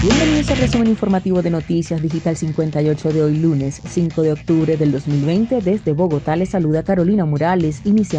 Bienvenidos al resumen informativo de Noticias Digital 58 de hoy lunes 5 de octubre del 2020. Desde Bogotá les saluda Carolina Morales.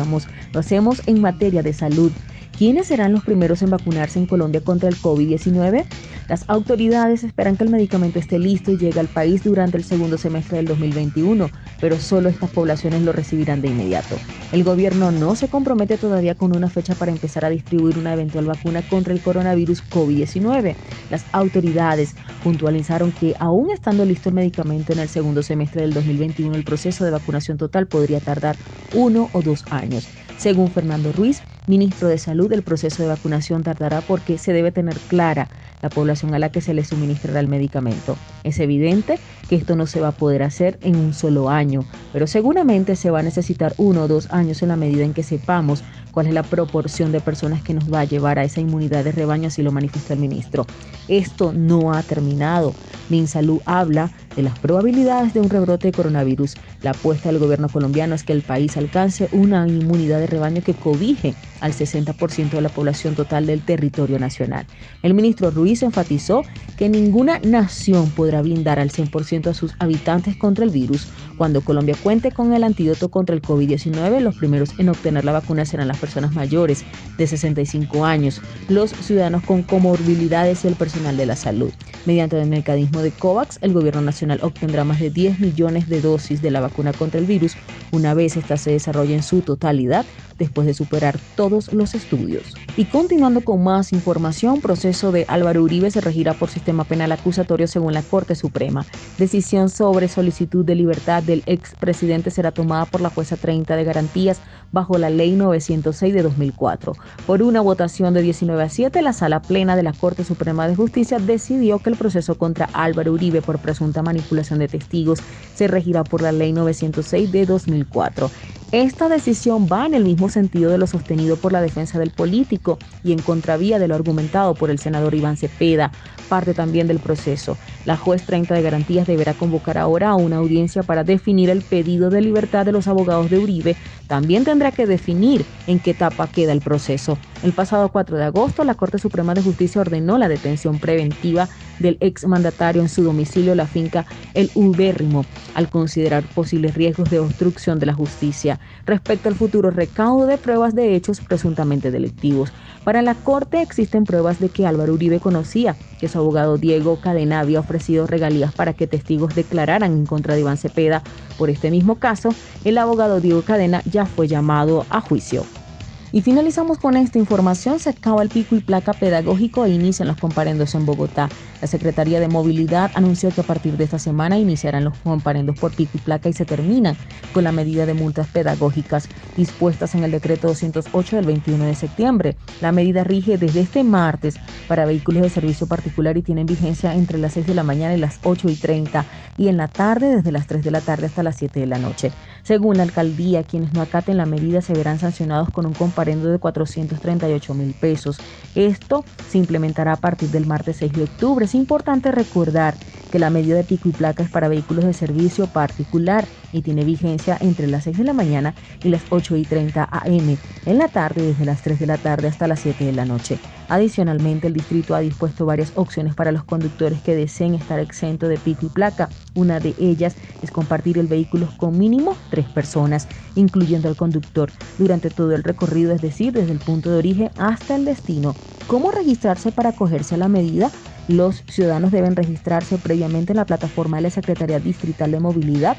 Lo hacemos en materia de salud. ¿Quiénes serán los primeros en vacunarse en Colombia contra el COVID-19? Las autoridades esperan que el medicamento esté listo y llegue al país durante el segundo semestre del 2021, pero solo estas poblaciones lo recibirán de inmediato. El gobierno no se compromete todavía con una fecha para empezar a distribuir una eventual vacuna contra el coronavirus COVID-19. Las autoridades puntualizaron que, aún estando listo el medicamento en el segundo semestre del 2021, el proceso de vacunación total podría tardar 1 o 2 años. Según Fernando Ruiz, ministro de Salud, el proceso de vacunación tardará porque se debe tener clara la población a la que se le suministrará el medicamento. Es evidente que esto no se va a poder hacer en un solo año, pero seguramente se va a necesitar 1 o 2 años en la medida en que sepamos cuál es la proporción de personas que nos va a llevar a esa inmunidad de rebaño, así lo manifestó el ministro. Esto no ha terminado. Minsalud habla de las probabilidades de un rebrote de coronavirus. La apuesta del gobierno colombiano es que el país alcance una inmunidad de rebaño que cobije al 60% de la población total del territorio nacional. El ministro Ruiz enfatizó que ninguna nación podrá blindar al 100% a sus habitantes contra el virus. Cuando Colombia cuente con el antídoto contra el COVID-19, los primeros en obtener la vacuna serán las personas mayores de 65 años, los ciudadanos con comorbilidades y el personal de la salud. Mediante el mecanismo de COVAX, el gobierno nacional obtendrá más de 10 millones de dosis de la vacuna contra el virus una vez esta se desarrolle en su totalidad, después de superar todos los estudios. Y continuando con más información, proceso de Álvaro Uribe se regirá por sistema penal acusatorio según la Corte Suprema. Decisión sobre solicitud de libertad del expresidente será tomada por la jueza 30 de garantías bajo la Ley 906 de 2004. Por una votación de 19-7, la Sala Plena de la Corte Suprema de Justicia decidió que el proceso contra Álvaro Uribe por presunta manipulación de testigos se regirá por la Ley 906 de 2004. Esta decisión va en el mismo sentido de lo sostenido por la defensa del político y en contravía de lo argumentado por el senador Iván Cepeda, parte también del proceso. La juez 30 de garantías deberá convocar ahora a una audiencia para definir el pedido de libertad de los abogados de Uribe. También tendrá que definir en qué etapa queda el proceso. El pasado 4 de agosto, la Corte Suprema de Justicia ordenó la detención preventiva del exmandatario en su domicilio, la finca El Ubérrimo, al considerar posibles riesgos de obstrucción de la justicia respecto al futuro recaudo de pruebas de hechos presuntamente delictivos. Para la Corte existen pruebas de que Álvaro Uribe conocía que su abogado Diego Cadena había ofrecido regalías para que testigos declararan en contra de Iván Cepeda. Por este mismo caso, el abogado Diego Cadena ya fue llamado a juicio. Y finalizamos con esta información. Se acaba el pico y placa pedagógico e inician los comparendos en Bogotá. La Secretaría de Movilidad anunció que a partir de esta semana iniciarán los comparendos por pico y placa y se terminan con la medida de multas pedagógicas dispuestas en el decreto 208 del 21 de septiembre. La medida rige desde este martes para vehículos de servicio particular y tienen vigencia entre las 6 de la mañana y las 8:30 y en la tarde desde las 3 de la tarde hasta las 7 de la noche. Según la alcaldía, quienes no acaten la medida se verán sancionados con un comparendo de 438.000 pesos. Esto se implementará a partir del martes 6 de octubre. Es importante recordar que la medida de pico y placa es para vehículos de servicio particular y tiene vigencia entre las 6 de la mañana y las 8:30 am, en la tarde desde las 3 de la tarde hasta las 7 de la noche. Adicionalmente, el distrito ha dispuesto varias opciones para los conductores que deseen estar exentos de pico y placa. Una de ellas es compartir el vehículo con mínimo 3 personas, incluyendo al conductor, durante todo el recorrido, es decir, desde el punto de origen hasta el destino. ¿Cómo registrarse para acogerse a la medida? Los ciudadanos deben registrarse previamente en la plataforma de la Secretaría Distrital de Movilidad,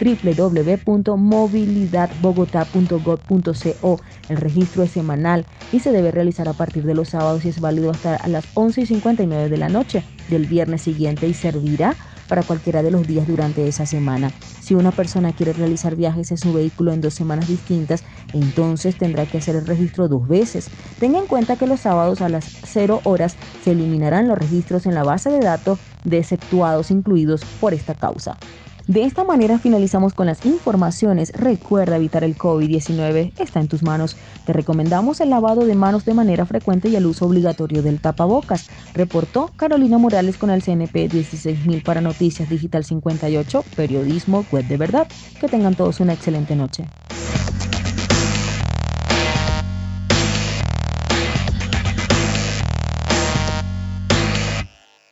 www.movilidadbogotá.gov.co. El registro es semanal y se debe realizar a partir de los sábados y es válido hasta las 11:59 de la noche del viernes siguiente y servirá para cualquiera de los días durante esa semana. Si una persona quiere realizar viajes en su vehículo en 2 semanas distintas, entonces tendrá que hacer el registro 2 veces. Tenga en cuenta que los sábados a las 0 horas se eliminarán los registros en la base de datos de exceptuados incluidos por esta causa. De esta manera finalizamos con las informaciones. Recuerda evitar el COVID-19, está en tus manos. Te recomendamos el lavado de manos de manera frecuente y el uso obligatorio del tapabocas. Reportó Carolina Morales con el CNP 16000 para Noticias Digital 58, periodismo web de verdad. Que tengan todos una excelente noche.